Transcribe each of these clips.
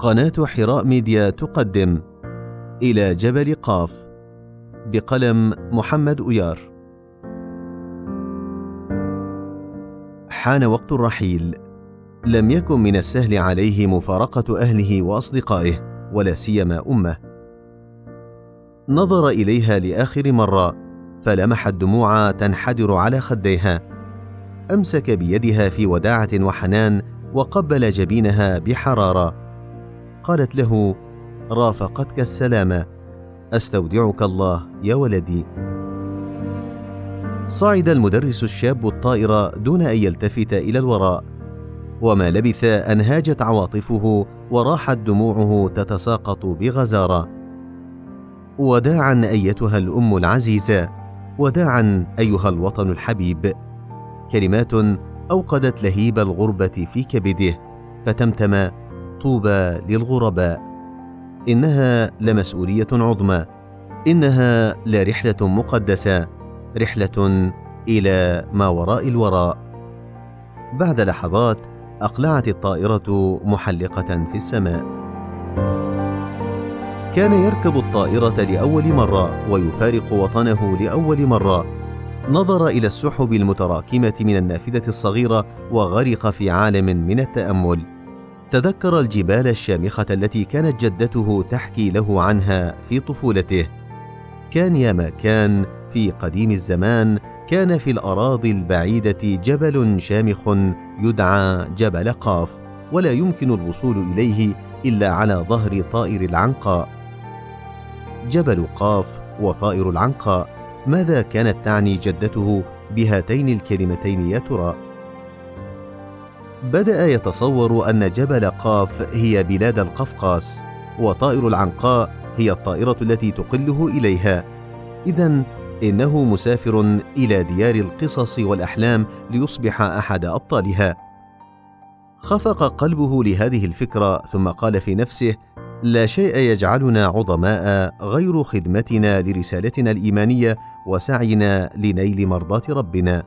قناة حراء ميديا تقدم إلى جبل قاف بقلم محمد أيار. حان وقت الرحيل. لم يكن من السهل عليه مفارقة أهله وأصدقائه، ولا سيما أمه. نظر إليها لآخر مرة فلمح الدموع تنحدر على خديها. أمسك بيدها في وداعة وحنان وقبل جبينها بحرارة. قالت له: رافقتك السلامة، أستودعك الله يا ولدي. صعد المدرس الشاب الطائرة دون أن يلتفت إلى الوراء، وما لبث أن هاجت عواطفه وراحت دموعه تتساقط بغزارة. وداعا أيتها الأم العزيزة، وداعا أيها الوطن الحبيب. كلمات أوقدت لهيب الغربة في كبده، فتمتم: طوبى للغرباء. إنها لمسؤولية عظمى، إنها لرحلة مقدسة، رحلة إلى ما وراء الوراء. بعد لحظات أقلعت الطائرة محلقة في السماء. كان يركب الطائرة لأول مرة ويفارق وطنه لأول مرة. نظر إلى السحب المتراكمة من النافذة الصغيرة وغرق في عالم من التأمل. تذكر الجبال الشامخة التي كانت جدته تحكي له عنها في طفولته. كان يا ما كان في قديم الزمان، كان في الأراضي البعيدة جبل شامخ يدعى جبل قاف، ولا يمكن الوصول إليه إلا على ظهر طائر العنقاء. جبل قاف وطائر العنقاء، ماذا كانت تعني جدته بهاتين الكلمتين يا ترى؟ بدأ يتصور أن جبل قاف هي بلاد القفقاس، وطائر العنقاء هي الطائرة التي تقله إليها. إذن إنه مسافر إلى ديار القصص والأحلام ليصبح أحد أبطالها. خفق قلبه لهذه الفكرة، ثم قال في نفسه: لا شيء يجعلنا عظماء غير خدمتنا لرسالتنا الإيمانية وسعينا لنيل مرضاة ربنا.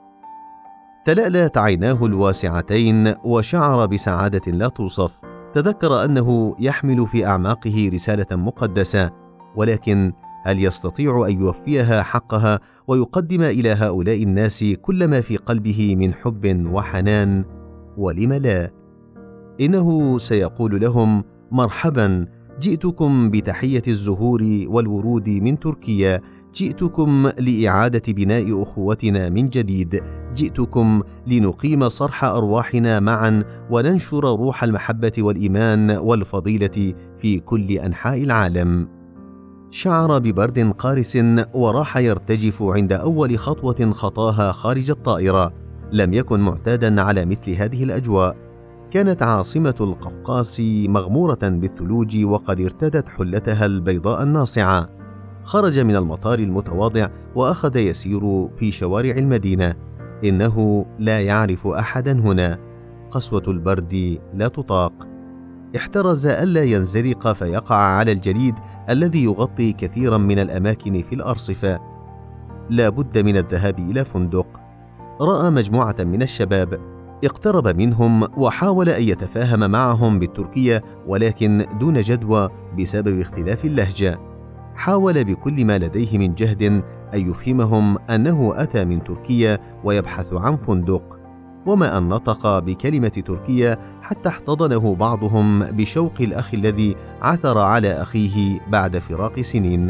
تلألأت عيناه الواسعتين وشعر بسعادة لا توصف. تذكر أنه يحمل في أعماقه رسالة مقدسة، ولكن هل يستطيع أن يوفيها حقها ويقدم إلى هؤلاء الناس كل ما في قلبه من حب وحنان؟ ولم لا؟ إنه سيقول لهم: مرحبا، جئتكم بتحية الزهور والورود من تركيا، جئتكم لإعادة بناء أخوتنا من جديد، جئتكم لنقيم صرح أرواحنا معا وننشر روح المحبة والإيمان والفضيلة في كل أنحاء العالم. شعر ببرد قارس وراح يرتجف عند أول خطوة خطاها خارج الطائرة. لم يكن معتادا على مثل هذه الأجواء. كانت عاصمة القفقاس مغمورة بالثلوج وقد ارتدت حلتها البيضاء الناصعة. خرج من المطار المتواضع وأخذ يسير في شوارع المدينة. إنه لا يعرف أحدا هنا. قسوة البرد لا تطاق. احترز ألا ينزلق فيقع على الجليد الذي يغطي كثيرا من الأماكن في الأرصفة. لا بد من الذهاب إلى فندق. رأى مجموعة من الشباب، اقترب منهم وحاول أن يتفاهم معهم بالتركية، ولكن دون جدوى بسبب اختلاف اللهجة. حاول بكل ما لديه من جهد أن يفهمهم أنه أتى من تركيا ويبحث عن فندق، وما أن نطق بكلمة تركيا حتى احتضنه بعضهم بشوق الأخ الذي عثر على أخيه بعد فراق سنين.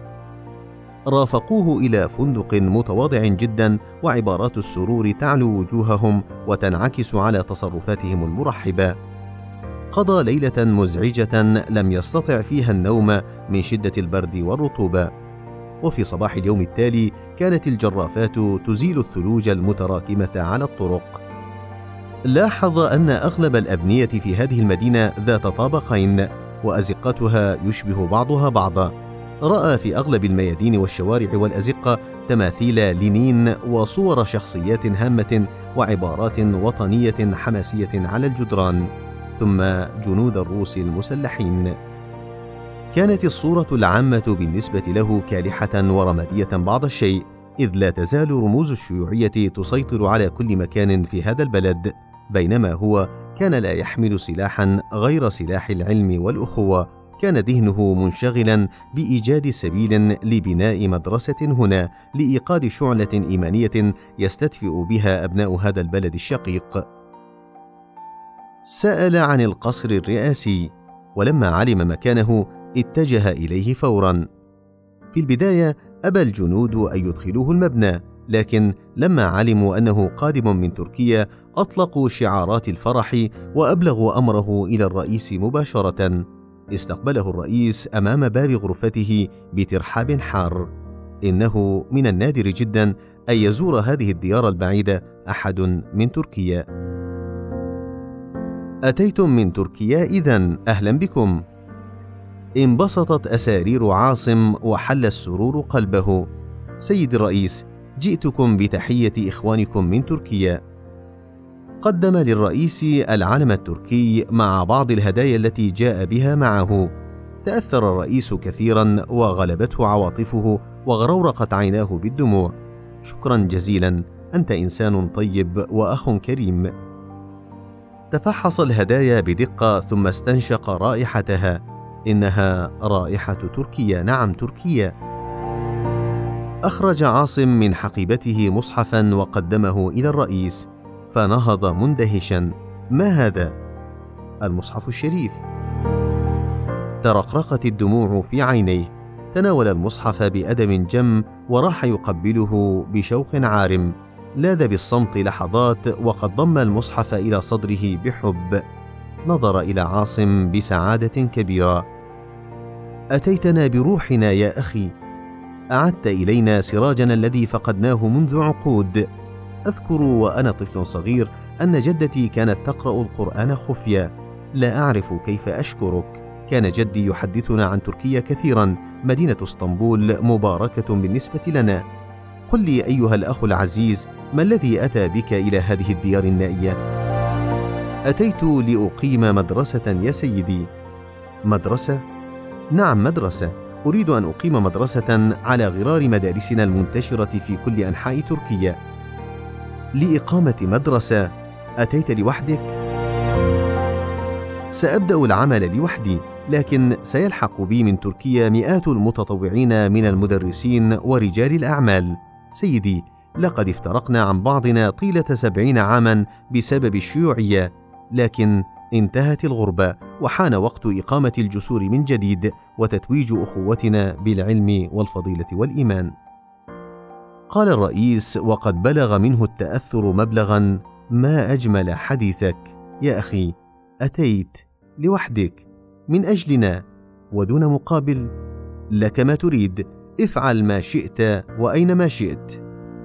رافقوه إلى فندق متواضع جدا، وعبارات السرور تعلو وجوههم وتنعكس على تصرفاتهم المرحبة. قضى ليلة مزعجة لم يستطع فيها النوم من شدة البرد والرطوبة. وفي صباح اليوم التالي كانت الجرافات تزيل الثلوج المتراكمة على الطرق. لاحظ أن أغلب الأبنية في هذه المدينة ذات طابقين، وأزقتها يشبه بعضها بعضا. رأى في أغلب الميادين والشوارع والأزقة تماثيل لينين وصور شخصيات هامة وعبارات وطنية حماسية على الجدران، ثم جنود الروس المسلحين. كانت الصورة العامة بالنسبة له كالحة ورمادية بعض الشيء، إذ لا تزال رموز الشيوعية تسيطر على كل مكان في هذا البلد، بينما هو كان لا يحمل سلاحا غير سلاح العلم والأخوة. كان ذهنه منشغلا بإيجاد سبيل لبناء مدرسة هنا لإيقاد شعلة إيمانية يستدفئ بها أبناء هذا البلد الشقيق. سأل عن القصر الرئاسي، ولما علم مكانه اتجه إليه فورا. في البداية أبى الجنود أن يدخلوه المبنى، لكن لما علموا أنه قادم من تركيا أطلقوا شعارات الفرح وأبلغوا أمره إلى الرئيس مباشرة. استقبله الرئيس أمام باب غرفته بترحاب حار. إنه من النادر جدا أن يزور هذه الديار البعيدة أحد من تركيا. أتيتم من تركيا إذن، أهلا بكم. انبسطت أسارير عاصم وحل السرور قلبه. سيد الرئيس، جئتكم بتحية إخوانكم من تركيا. قدم للرئيس العلم التركي مع بعض الهدايا التي جاء بها معه. تأثر الرئيس كثيرا وغلبته عواطفه وغرورقت عيناه بالدموع. شكرا جزيلا، أنت إنسان طيب وأخ كريم. تفحص الهدايا بدقة ثم استنشق رائحتها. إنها رائحة تركيا، نعم تركيا. أخرج عاصم من حقيبته مصحفا وقدمه إلى الرئيس، فنهض مندهشا. ما هذا؟ المصحف الشريف. ترقرقت الدموع في عينيه. تناول المصحف بأدب جم وراح يقبله بشوق عارم. لاذ بالصمت لحظات وقد ضم المصحف إلى صدره بحب. نظر إلى عاصم بسعادة كبيرة. أتيتنا بروحنا يا أخي. أعدت إلينا سراجنا الذي فقدناه منذ عقود. أذكر وأنا طفل صغير أن جدتي كانت تقرأ القرآن خفية. لا أعرف كيف أشكرك. كان جدي يحدثنا عن تركيا كثيرا. مدينة اسطنبول مباركة بالنسبة لنا. قل لي أيها الأخ العزيز، ما الذي أتى بك إلى هذه الديار النائية؟ أتيت لأقيم مدرسة يا سيدي. مدرسة؟ نعم مدرسة. أريد أن أقيم مدرسة على غرار مدارسنا المنتشرة في كل أنحاء تركيا. لإقامة مدرسة أتيت لوحدك؟ سأبدأ العمل لوحدي، لكن سيلحق بي من تركيا مئات المتطوعين من المدرسين ورجال الأعمال. سيدي، لقد افترقنا عن بعضنا طيلة 70 عاما بسبب الشيوعية، لكن انتهت الغربة وحان وقت إقامة الجسور من جديد وتتويج أخوتنا بالعلم والفضيلة والإيمان. قال الرئيس وقد بلغ منه التأثر مبلغا: ما أجمل حديثك يا أخي. أتيت لوحدك من أجلنا ودون مقابل. لك ما تريد، افعل ما شئت وأينما شئت.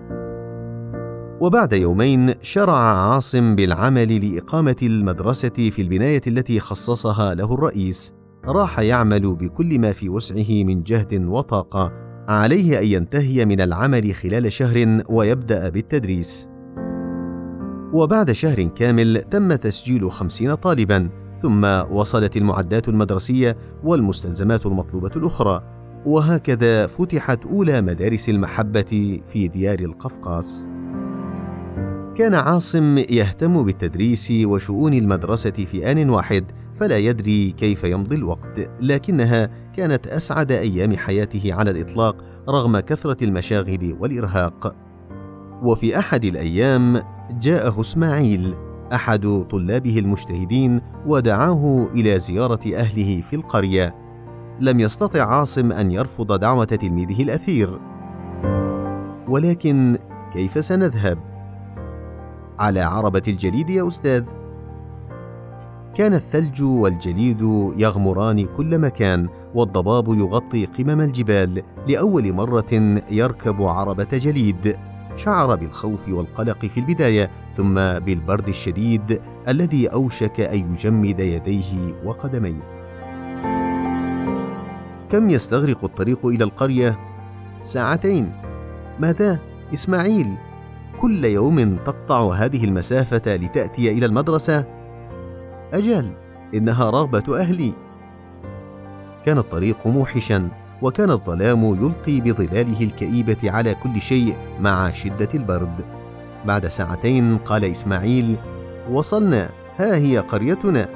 وبعد يومين شرع عاصم بالعمل لإقامة المدرسة في البناية التي خصصها له الرئيس. راح يعمل بكل ما في وسعه من جهد وطاقة. عليه أن ينتهي من العمل خلال شهر ويبدأ بالتدريس. وبعد شهر كامل تم تسجيل 50 طالبا، ثم وصلت المعدات المدرسية والمستلزمات المطلوبة الأخرى، وهكذا فتحت أولى مدارس المحبة في ديار القفقاس. كان عاصم يهتم بالتدريس وشؤون المدرسة في آن واحد، فلا يدري كيف يمضي الوقت، لكنها كانت أسعد أيام حياته على الإطلاق رغم كثرة المشاغل والإرهاق. وفي أحد الأيام جاءه إسماعيل أحد طلابه المجتهدين ودعاه إلى زيارة أهله في القرية. لم يستطع عاصم أن يرفض دعوة تلميذه الأثير. ولكن كيف سنذهب؟ على عربة الجليد يا أستاذ. كان الثلج والجليد يغمران كل مكان، والضباب يغطي قمم الجبال. لأول مرة يركب عربة جليد. شعر بالخوف والقلق في البداية، ثم بالبرد الشديد الذي أوشك أن يجمد يديه وقدميه. كم يستغرق الطريق إلى القرية؟ 2 ساعة. ماذا؟ إسماعيل، كل يوم تقطع هذه المسافة لتأتي إلى المدرسة؟ أجل، إنها رغبة أهلي. كان الطريق موحشا، وكان الظلام يلقي بظلاله الكئيبة على كل شيء مع شدة البرد. بعد 2 ساعة قال إسماعيل: وصلنا، ها هي قريتنا.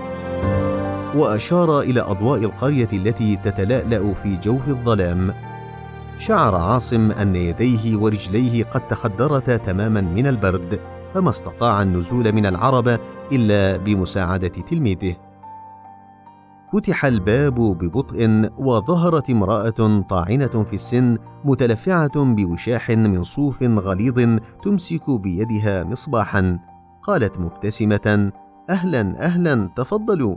وأشار إلى أضواء القرية التي تتلألأ في جوف الظلام. شعر عاصم أن يديه ورجليه قد تخدرتا تماما من البرد، فما استطاع النزول من العربة إلا بمساعدة تلميذه. فتح الباب ببطء، وظهرت امرأة طاعنة في السن متلفعة بوشاح من صوف غليظ تمسك بيدها مصباحا. قالت مبتسمة: أهلا أهلا، تفضلوا.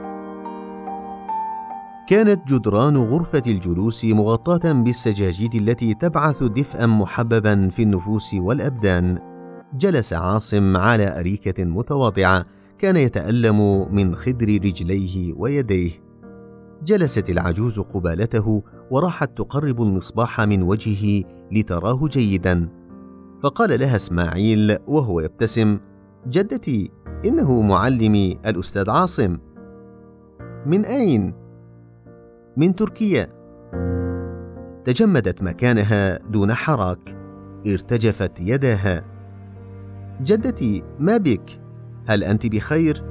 كانت جدران غرفة الجلوس مغطاة بالسجاجيد التي تبعث دفئا محببا في النفوس والأبدان. جلس عاصم على أريكة متواضعة، كان يتألم من خدر رجليه ويديه. جلست العجوز قبالته وراحت تقرب المصباح من وجهه لتراه جيدا، فقال لها إسماعيل وهو يبتسم: جدتي، إنه معلمي الأستاذ عاصم. من أين؟ من تركيا. تجمدت مكانها دون حراك، ارتجفت يداها. جدتي، ما بك؟ هل أنت بخير؟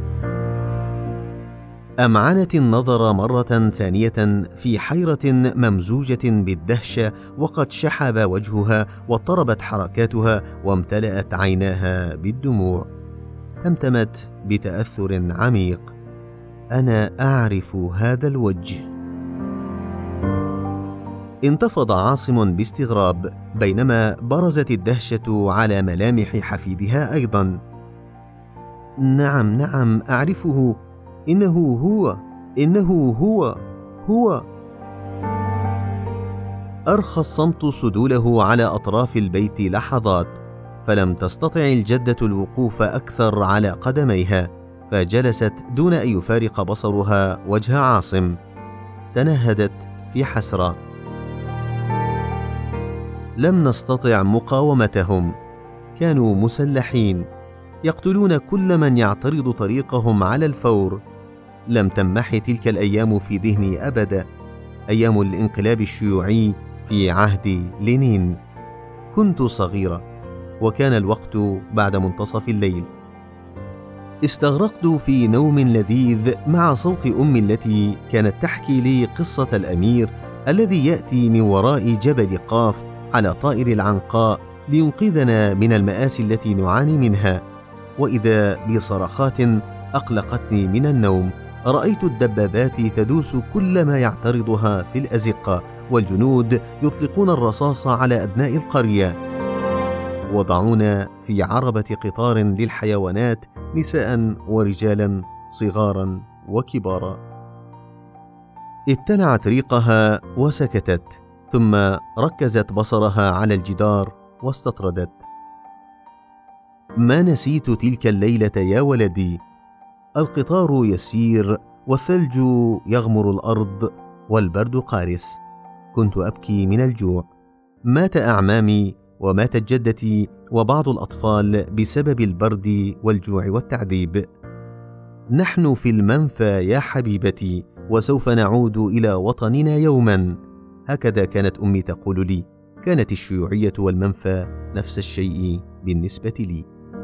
أمعنت النظر مرة ثانية في حيرة ممزوجة بالدهشة، وقد شحب وجهها واضطربت حركاتها وامتلأت عيناها بالدموع. تمتمت بتأثر عميق: أنا أعرف هذا الوجه. انتفض عاصم باستغراب، بينما برزت الدهشة على ملامح حفيدها أيضا. نعم نعم، أعرفه، إنه هو. أرخى الصمت سدوله على أطراف البيت لحظات، فلم تستطع الجدة الوقوف أكثر على قدميها، فجلست دون أن يفارق بصرها وجه عاصم. تنهدت في حسرة. لم نستطع مقاومتهم، كانوا مسلحين، يقتلون كل من يعترض طريقهم على الفور. لم تمحي تلك الأيام في ذهني أبدا، أيام الانقلاب الشيوعي في عهد لينين. كنت صغيرة، وكان الوقت بعد منتصف الليل. استغرقت في نوم لذيذ مع صوت أمي التي كانت تحكي لي قصة الأمير الذي يأتي من وراء جبل قاف على طائر العنقاء لينقذنا من المآسي التي نعاني منها. وإذا بصرخات أقلقتني من النوم. رأيت الدبابات تدوس كل ما يعترضها في الأزقة، والجنود يطلقون الرصاص على أبناء القرية. وضعونا في عربة قطار للحيوانات، نساء ورجالا، صغارا وكبارا. ابتلعت ريقها وسكتت، ثم ركزت بصرها على الجدار واستطردت. ما نسيت تلك الليلة يا ولدي. القطار يسير، والثلج يغمر الأرض، والبرد قارس. كنت أبكي من الجوع. مات أعمامي، وماتت جدتي، وبعض الأطفال بسبب البرد والجوع والتعذيب. نحن في المنفى يا حبيبتي، وسوف نعود إلى وطننا يوما. هكذا كانت أمي تقول لي. كانت الشيوعية والمنفى نفس الشيء بالنسبة لي.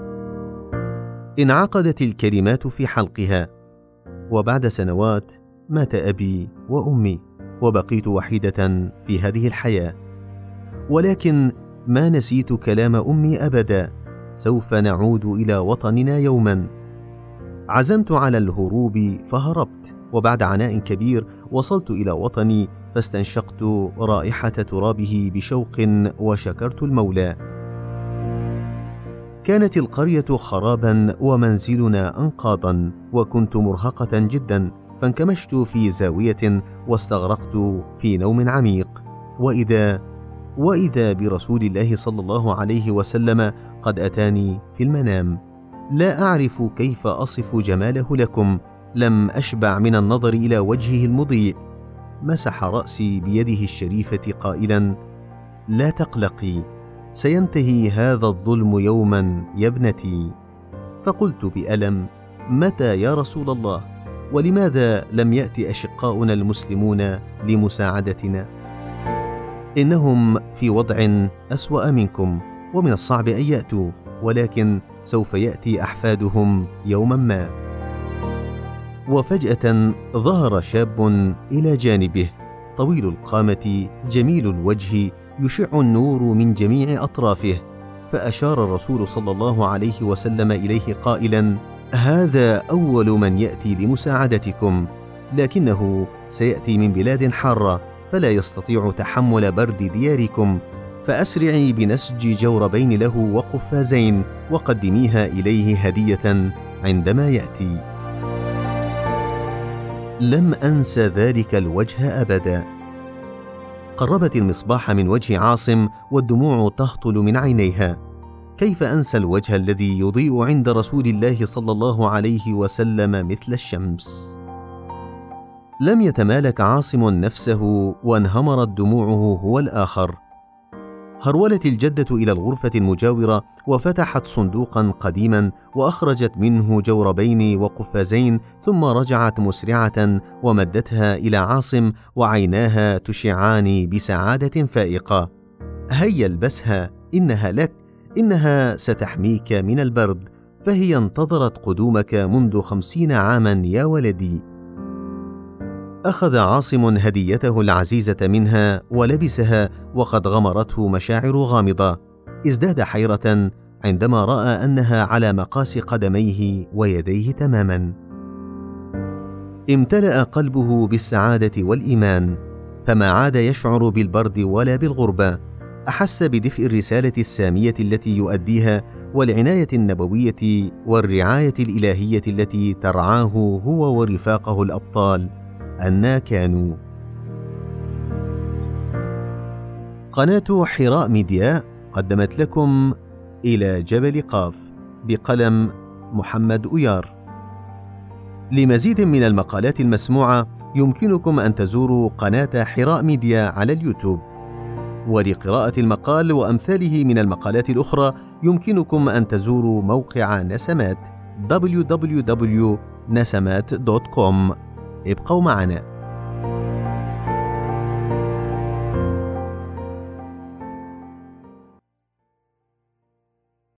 انعقدت الكلمات في حلقها. وبعد سنوات مات أبي وأمي، وبقيت وحيدة في هذه الحياة. ولكن ما نسيت كلام أمي أبدا: سوف نعود إلى وطننا يوما. عزمت على الهروب فهربت، وبعد عناء كبير وصلت إلى وطني، فاستنشقت رائحة ترابه بشوق وشكرت المولى. كانت القرية خرابا ومنزلنا أنقاضا، وكنت مرهقة جدا، فانكمشت في زاوية واستغرقت في نوم عميق. وإذا برسول الله صلى الله عليه وسلم قد أتاني في المنام. لا أعرف كيف أصف جماله لكم. لم أشبع من النظر إلى وجهه المضيء. مسح رأسي بيده الشريفة قائلا: لا تقلقي، سينتهي هذا الظلم يوما يا ابنتي. فقلت بألم: متى يا رسول الله؟ ولماذا لم يأتي أشقاؤنا المسلمون لمساعدتنا؟ إنهم في وضع أسوأ منكم، ومن الصعب أن يأتوا. ولكن سوف يأتي أحفادهم يوما ما. وفجأة ظهر شاب إلى جانبه، طويل القامة، جميل الوجه، يشع النور من جميع أطرافه، فأشار الرسول صلى الله عليه وسلم إليه قائلا: هذا أول من يأتي لمساعدتكم، لكنه سيأتي من بلاد حارة فلا يستطيع تحمل برد دياركم، فأسرعي بنسج جوربين له وقفازين وقدميها إليه هدية عندما يأتي. لم أنس ذلك الوجه أبدا. قربت المصباح من وجه عاصم والدموع تهطل من عينيها. كيف أنسى الوجه الذي يضيء عند رسول الله صلى الله عليه وسلم مثل الشمس؟ لم يتمالك عاصم نفسه وانهمرت دموعه هو الآخر. هرولت الجدة إلى الغرفة المجاورة وفتحت صندوقا قديما وأخرجت منه جوربين وقفازين، ثم رجعت مسرعة ومدتها إلى عاصم وعيناها تشعان بسعادة فائقة. هيا البسها، إنها لك، إنها ستحميك من البرد، فهي انتظرت قدومك منذ 50 عاما يا ولدي. أخذ عاصم هديته العزيزة منها ولبسها وقد غمرته مشاعر غامضة. ازداد حيرة عندما رأى أنها على مقاس قدميه ويديه تماما. امتلأ قلبه بالسعادة والإيمان، فما عاد يشعر بالبرد ولا بالغربة. أحس بدفء الرسالة السامية التي يؤديها والعناية النبوية والرعاية الإلهية التي ترعاه هو ورفاقه الأبطال أن كانوا. قناة حراء ميديا قدمت لكم إلى جبل قاف بقلم محمد أيار. لمزيد من المقالات المسموعة يمكنكم أن تزوروا قناة حراء ميديا على اليوتيوب. ولقراءة المقال وأمثاله من المقالات الأخرى يمكنكم أن تزوروا موقع نسمات www.nasamat.com. ابقوا معنا.